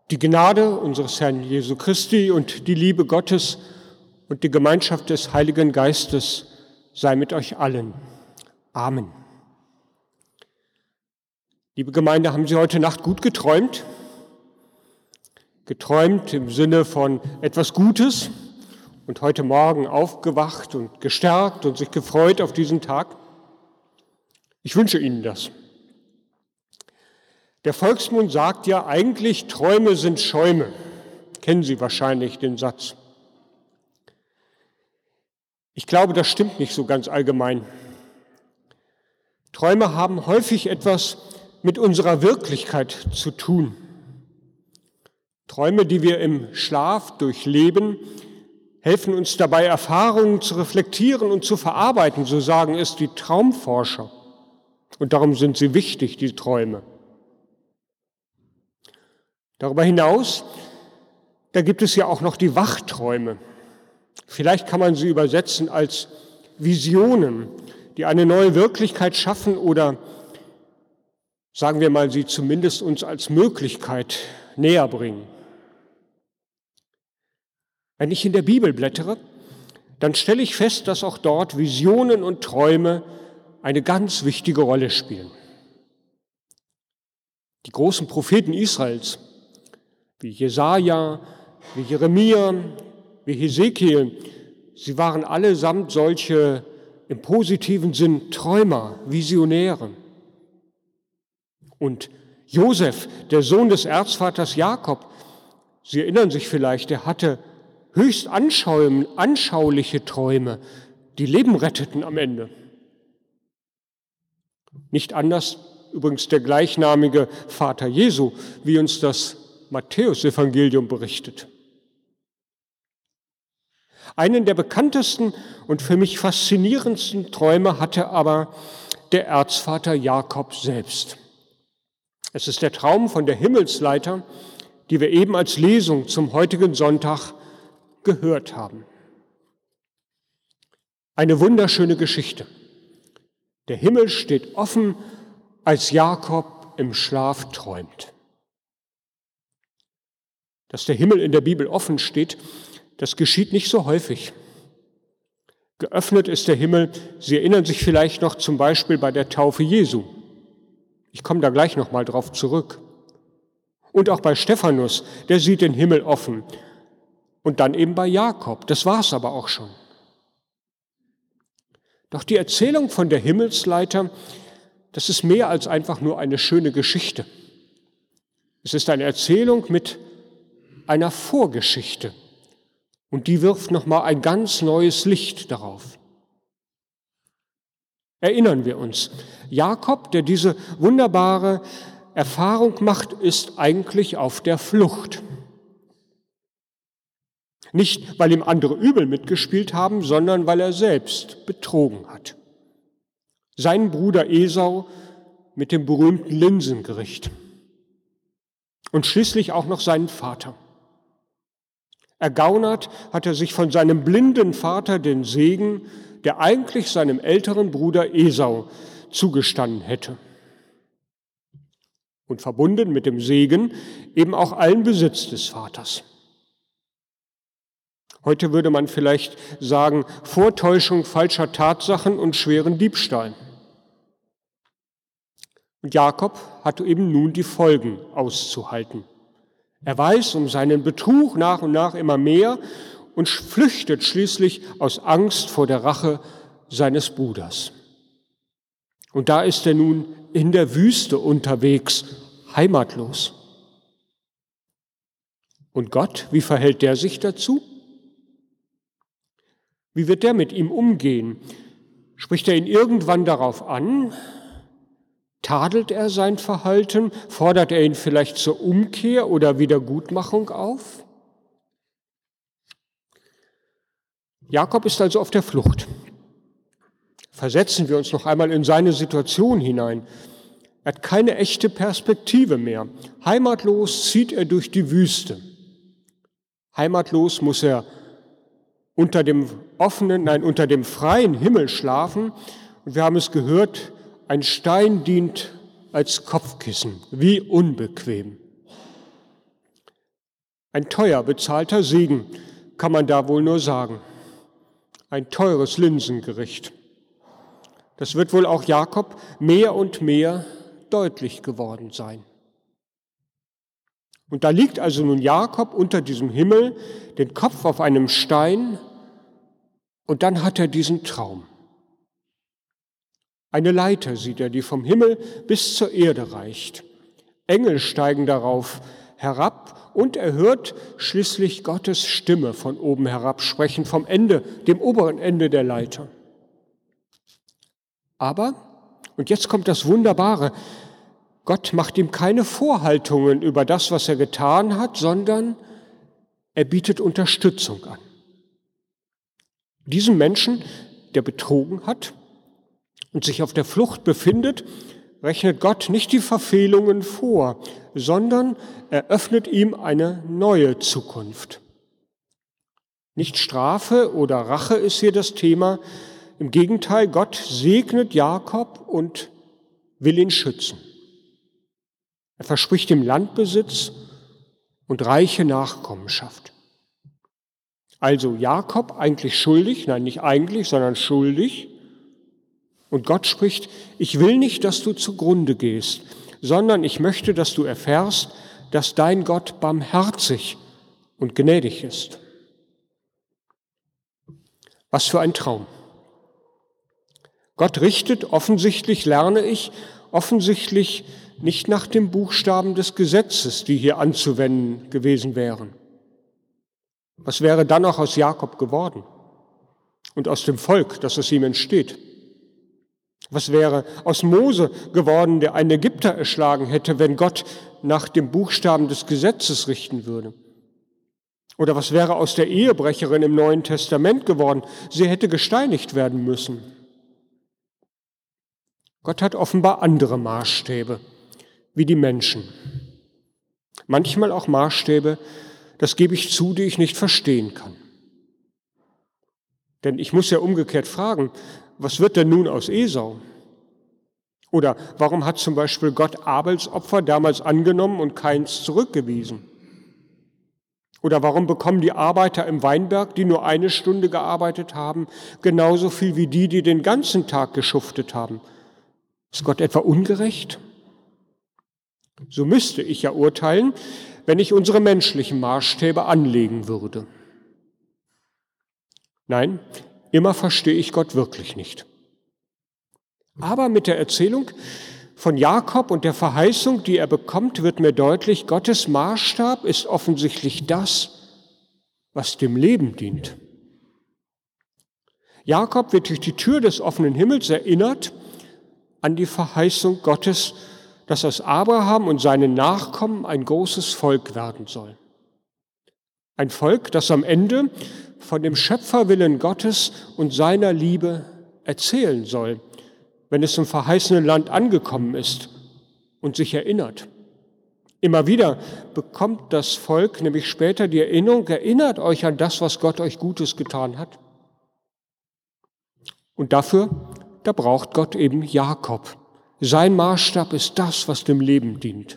Die Gnade unseres Herrn Jesu Christi und die Liebe Gottes und die Gemeinschaft des Heiligen Geistes sei mit euch allen. Amen. Liebe Gemeinde, haben Sie heute Nacht gut geträumt? Geträumt im Sinne von etwas Gutes und heute Morgen aufgewacht und gestärkt und sich gefreut auf diesen Tag? Ich wünsche Ihnen das. Der Volksmund sagt ja eigentlich, Träume sind Schäume. Kennen Sie wahrscheinlich den Satz. Ich glaube, das stimmt nicht so ganz allgemein. Träume haben häufig etwas mit unserer Wirklichkeit zu tun. Träume, die wir im Schlaf durchleben, helfen uns dabei, Erfahrungen zu reflektieren und zu verarbeiten, so sagen es die Traumforscher. Und darum sind sie wichtig, die Träume. Darüber hinaus, da gibt es ja auch noch die Wachträume. Vielleicht kann man sie übersetzen als Visionen, die eine neue Wirklichkeit schaffen oder, sagen wir mal, sie zumindest uns als Möglichkeit näher bringen. Wenn ich in der Bibel blättere, dann stelle ich fest, dass auch dort Visionen und Träume eine ganz wichtige Rolle spielen. Die großen Propheten Israels, wie Jesaja, wie Jeremia, wie Hesekiel, sie waren allesamt solche im positiven Sinn Träumer, Visionäre. Und Josef, der Sohn des Erzvaters Jakob, Sie erinnern sich vielleicht, er hatte höchst anschauliche Träume, die Leben retteten am Ende. Nicht anders übrigens der gleichnamige Vater Jesu, wie uns das Matthäus-Evangelium berichtet. Einen der bekanntesten und für mich faszinierendsten Träume hatte aber der Erzvater Jakob selbst. Es ist der Traum von der Himmelsleiter, die wir eben als Lesung zum heutigen Sonntag gehört haben. Eine wunderschöne Geschichte. Der Himmel steht offen, als Jakob im Schlaf träumt. Dass der Himmel in der Bibel offen steht, das geschieht nicht so häufig. Geöffnet ist der Himmel, Sie erinnern sich vielleicht noch zum Beispiel bei der Taufe Jesu. Ich komme da gleich nochmal drauf zurück. Und auch bei Stephanus, der sieht den Himmel offen. Und dann eben bei Jakob, das war es aber auch schon. Doch die Erzählung von der Himmelsleiter, das ist mehr als einfach nur eine schöne Geschichte. Es ist eine Erzählung mit einer Vorgeschichte. Und die wirft nochmal ein ganz neues Licht darauf. Erinnern wir uns, Jakob, der diese wunderbare Erfahrung macht, ist eigentlich auf der Flucht. Nicht, weil ihm andere übel mitgespielt haben, sondern weil er selbst betrogen hat. Seinen Bruder Esau mit dem berühmten Linsengericht. Und schließlich auch noch seinen Vater. Ergaunert hat er sich von seinem blinden Vater den Segen, der eigentlich seinem älteren Bruder Esau zugestanden hätte. Und verbunden mit dem Segen eben auch allen Besitz des Vaters. Heute würde man vielleicht sagen, Vortäuschung falscher Tatsachen und schweren Diebstahl. Und Jakob hat eben nun die Folgen auszuhalten. Er weiß um seinen Betrug nach und nach immer mehr und flüchtet schließlich aus Angst vor der Rache seines Bruders. Und da ist er nun in der Wüste unterwegs, heimatlos. Und Gott, wie verhält der sich dazu? Wie wird der mit ihm umgehen? Spricht er ihn irgendwann darauf an? Tadelt er sein Verhalten? Fordert er ihn vielleicht zur Umkehr oder Wiedergutmachung auf? Jakob ist also auf der Flucht. Versetzen wir uns noch einmal in seine Situation hinein. Er hat keine echte Perspektive mehr. Heimatlos zieht er durch die Wüste. Heimatlos muss er unter dem freien Himmel schlafen. Und wir haben es gehört, ein Stein dient als Kopfkissen. Wie unbequem. Ein teuer bezahlter Segen, kann man da wohl nur sagen. Ein teures Linsengericht. Das wird wohl auch Jakob mehr und mehr deutlich geworden sein. Und da liegt also nun Jakob unter diesem Himmel, den Kopf auf einem Stein, und dann hat er diesen Traum. Eine Leiter sieht er, die vom Himmel bis zur Erde reicht. Engel steigen darauf herab und er hört schließlich Gottes Stimme von oben herab sprechen, vom Ende, dem oberen Ende der Leiter. Aber, und jetzt kommt das Wunderbare, Gott macht ihm keine Vorhaltungen über das, was er getan hat, sondern er bietet Unterstützung an. Diesem Menschen, der betrogen hat und sich auf der Flucht befindet, rechnet Gott nicht die Verfehlungen vor, sondern er öffnet ihm eine neue Zukunft. Nicht Strafe oder Rache ist hier das Thema. Im Gegenteil, Gott segnet Jakob und will ihn schützen. Er verspricht ihm Landbesitz und reiche Nachkommenschaft. Also Jakob eigentlich schuldig, nein, nicht eigentlich, sondern schuldig. Und Gott spricht, ich will nicht, dass du zugrunde gehst, sondern ich möchte, dass du erfährst, dass dein Gott barmherzig und gnädig ist. Was für ein Traum. Gott richtet offensichtlich, lerne ich, offensichtlich nicht nach dem Buchstaben des Gesetzes, die hier anzuwenden gewesen wären. Was wäre dann auch aus Jakob geworden und aus dem Volk, das aus ihm entsteht? Was wäre aus Mose geworden, der einen Ägypter erschlagen hätte, wenn Gott nach dem Buchstaben des Gesetzes richten würde? Oder was wäre aus der Ehebrecherin im Neuen Testament geworden? Sie hätte gesteinigt werden müssen. Gott hat offenbar andere Maßstäbe, wie die Menschen. Manchmal auch Maßstäbe, das gebe ich zu, die ich nicht verstehen kann. Denn ich muss ja umgekehrt fragen, was wird denn nun aus Esau? Oder warum hat zum Beispiel Gott Abels Opfer damals angenommen und Kains zurückgewiesen? Oder warum bekommen die Arbeiter im Weinberg, die nur 1 Stunde gearbeitet haben, genauso viel wie die, die den ganzen Tag geschuftet haben? Ist Gott etwa ungerecht? So müsste ich ja urteilen, wenn ich unsere menschlichen Maßstäbe anlegen würde. Nein, immer verstehe ich Gott wirklich nicht. Aber mit der Erzählung von Jakob und der Verheißung, die er bekommt, wird mir deutlich, Gottes Maßstab ist offensichtlich das, was dem Leben dient. Jakob wird durch die Tür des offenen Himmels erinnert an die Verheißung Gottes, dass aus Abraham und seinen Nachkommen ein großes Volk werden soll. Ein Volk, das am Ende von dem Schöpferwillen Gottes und seiner Liebe erzählen soll, wenn es zum verheißenen Land angekommen ist und sich erinnert. Immer wieder bekommt das Volk nämlich später die Erinnerung, erinnert euch an das, was Gott euch Gutes getan hat. Und dafür, da braucht Gott eben Jakob. Sein Maßstab ist das, was dem Leben dient.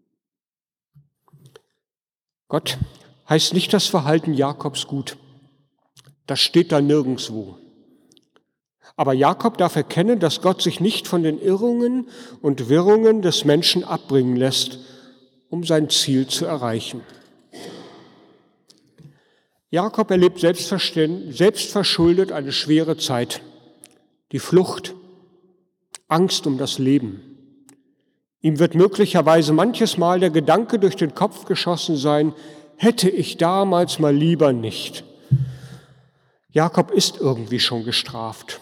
Gott heißt nicht das Verhalten Jakobs gut. Das steht da nirgendwo. Aber Jakob darf erkennen, dass Gott sich nicht von den Irrungen und Wirrungen des Menschen abbringen lässt, um sein Ziel zu erreichen. Jakob erlebt selbstverschuldet eine schwere Zeit. Die Flucht, Angst um das Leben. Ihm wird möglicherweise manches Mal der Gedanke durch den Kopf geschossen sein, hätte ich damals mal lieber nicht. Jakob ist irgendwie schon gestraft.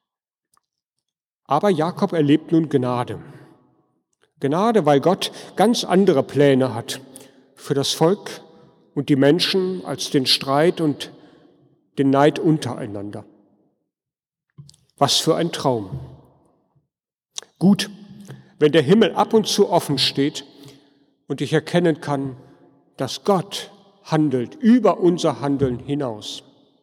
Aber Jakob erlebt nun Gnade. Gnade, weil Gott ganz andere Pläne hat für das Volk und die Menschen als den Streit und den Neid untereinander. Was für ein Traum. Gut, wenn der Himmel ab und zu offen steht und ich erkennen kann, dass Gott handelt über unser Handeln hinaus.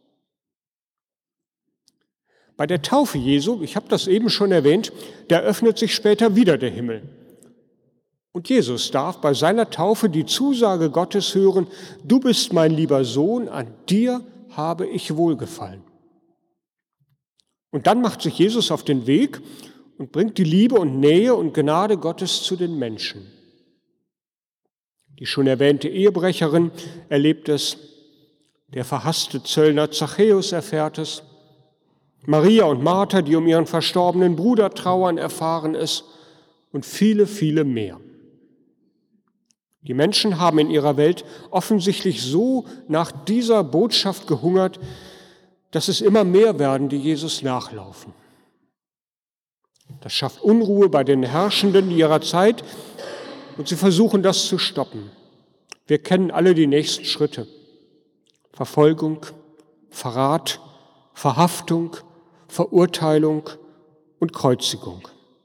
Bei der Taufe Jesu, ich habe das eben schon erwähnt, da öffnet sich später wieder der Himmel. Und Jesus darf bei seiner Taufe die Zusage Gottes hören: Du bist mein lieber Sohn, an dir habe ich wohlgefallen. Und dann macht sich Jesus auf den Weg und bringt die Liebe und Nähe und Gnade Gottes zu den Menschen. Die schon erwähnte Ehebrecherin erlebt es, der verhasste Zöllner Zachäus erfährt es, Maria und Martha, die um ihren verstorbenen Bruder trauern, erfahren es und viele, viele mehr. Die Menschen haben in ihrer Welt offensichtlich so nach dieser Botschaft gehungert, dass es immer mehr werden, die Jesus nachlaufen. Das schafft Unruhe bei den Herrschenden ihrer Zeit und sie versuchen, das zu stoppen. Wir kennen alle die nächsten Schritte: Verfolgung, Verrat, Verhaftung, Verurteilung und Kreuzigung.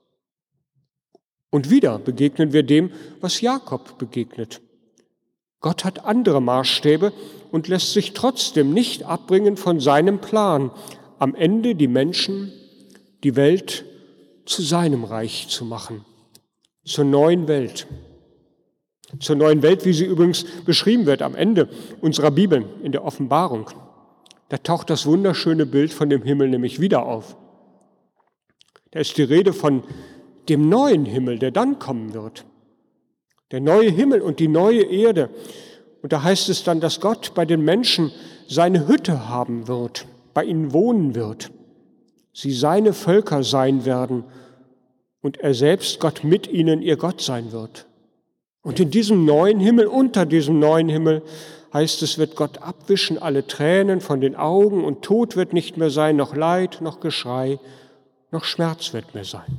Und wieder begegnen wir dem, was Jakob begegnet. Gott hat andere Maßstäbe und lässt sich trotzdem nicht abbringen von seinem Plan, am Ende die Menschen, die Welt zu seinem Reich zu machen, zur neuen Welt. Zur neuen Welt, wie sie übrigens beschrieben wird am Ende unserer Bibel in der Offenbarung. Da taucht das wunderschöne Bild von dem Himmel nämlich wieder auf. Da ist die Rede von dem neuen Himmel, der dann kommen wird. Der neue Himmel und die neue Erde. Und da heißt es dann, dass Gott bei den Menschen seine Hütte haben wird, bei ihnen wohnen wird. Sie seine Völker sein werden und er selbst, Gott, mit ihnen ihr Gott sein wird. Und in diesem neuen Himmel, unter diesem neuen Himmel, heißt es, wird Gott abwischen alle Tränen von den Augen und Tod wird nicht mehr sein, noch Leid, noch Geschrei, noch Schmerz wird mehr sein.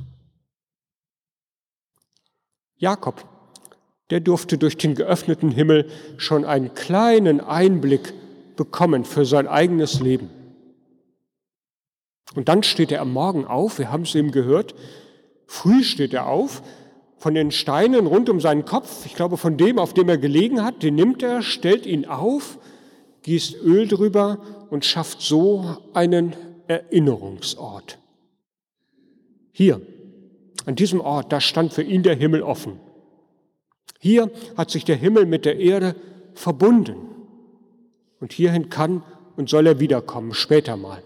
Jakob, der durfte durch den geöffneten Himmel schon einen kleinen Einblick bekommen für sein eigenes Leben. Und dann steht er am Morgen auf, wir haben es eben gehört, früh steht er auf, von den Steinen rund um seinen Kopf, ich glaube von dem, auf dem er gelegen hat, den nimmt er, stellt ihn auf, gießt Öl drüber und schafft so einen Erinnerungsort. Hier, an diesem Ort, da stand für ihn der Himmel offen. Hier hat sich der Himmel mit der Erde verbunden. Und hierhin kann und soll er wiederkommen, später mal.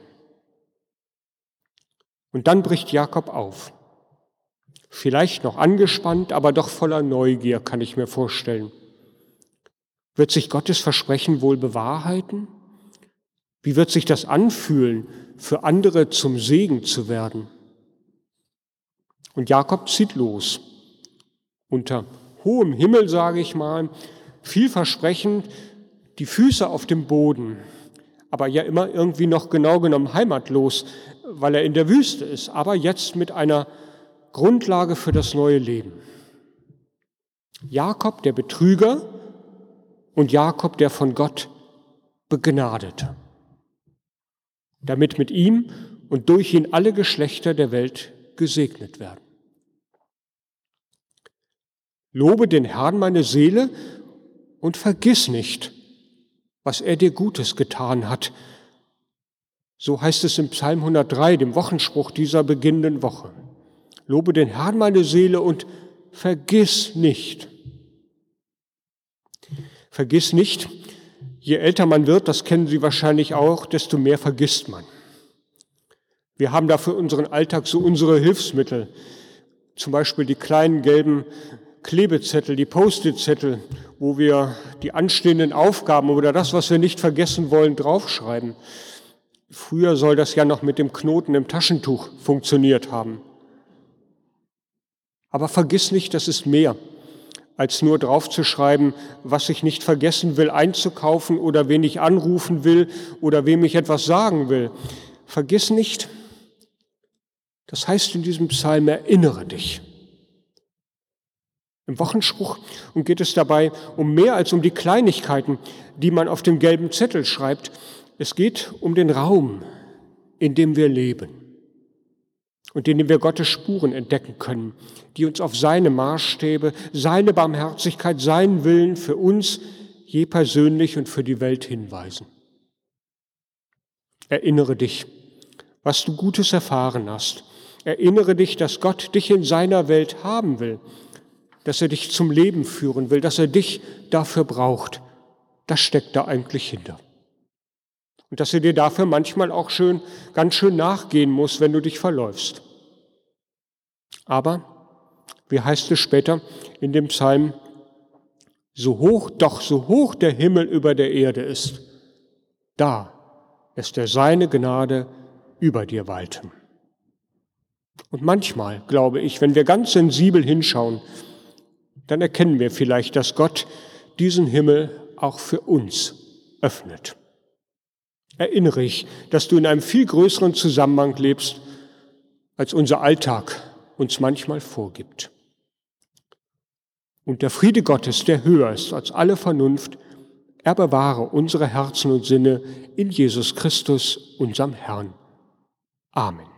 Und dann bricht Jakob auf. Vielleicht noch angespannt, aber doch voller Neugier, kann ich mir vorstellen. Wird sich Gottes Versprechen wohl bewahrheiten? Wie wird sich das anfühlen, für andere zum Segen zu werden? Und Jakob zieht los. Unter hohem Himmel, sage ich mal, vielversprechend, die Füße auf dem Boden, aber ja immer irgendwie noch genau genommen heimatlos, weil er in der Wüste ist, aber jetzt mit einer Grundlage für das neue Leben. Jakob, der Betrüger, und Jakob, der von Gott Begnadete, damit mit ihm und durch ihn alle Geschlechter der Welt gesegnet werden. Lobe den Herrn, meine Seele, und vergiss nicht, was er dir Gutes getan hat. So heißt es im Psalm 103, dem Wochenspruch dieser beginnenden Woche. Lobe den Herrn, meine Seele, und vergiss nicht. Vergiss nicht, je älter man wird, das kennen Sie wahrscheinlich auch, desto mehr vergisst man. Wir haben da für unseren Alltag so unsere Hilfsmittel, zum Beispiel die kleinen gelben Klebezettel, die Post-it-Zettel, wo wir die anstehenden Aufgaben oder das, was wir nicht vergessen wollen, draufschreiben. Früher soll das ja noch mit dem Knoten im Taschentuch funktioniert haben. Aber vergiss nicht, das ist mehr, als nur draufzuschreiben, was ich nicht vergessen will, einzukaufen oder wen ich anrufen will oder wem ich etwas sagen will. Vergiss nicht, das heißt in diesem Psalm, erinnere dich. Im Wochenspruch geht es dabei um mehr als um die Kleinigkeiten, die man auf dem gelben Zettel schreibt. Es geht um den Raum, in dem wir leben und in dem wir Gottes Spuren entdecken können, die uns auf seine Maßstäbe, seine Barmherzigkeit, seinen Willen für uns je persönlich und für die Welt hinweisen. Erinnere dich, was du Gutes erfahren hast. Erinnere dich, dass Gott dich in seiner Welt haben will. dass er dich zum Leben führen will, dass er dich dafür braucht. Das steckt da eigentlich hinter. Und dass er dir dafür manchmal auch ganz schön nachgehen muss, wenn du dich verläufst. Aber, wie heißt es später in dem Psalm, so hoch der Himmel über der Erde ist, da lässt er seine Gnade über dir walten. Und manchmal, glaube ich, wenn wir ganz sensibel hinschauen, dann erkennen wir vielleicht, dass Gott diesen Himmel auch für uns öffnet. Erinnere dich, dass du in einem viel größeren Zusammenhang lebst, als unser Alltag uns manchmal vorgibt. Und der Friede Gottes, der höher ist als alle Vernunft, er bewahre unsere Herzen und Sinne in Jesus Christus, unserem Herrn. Amen.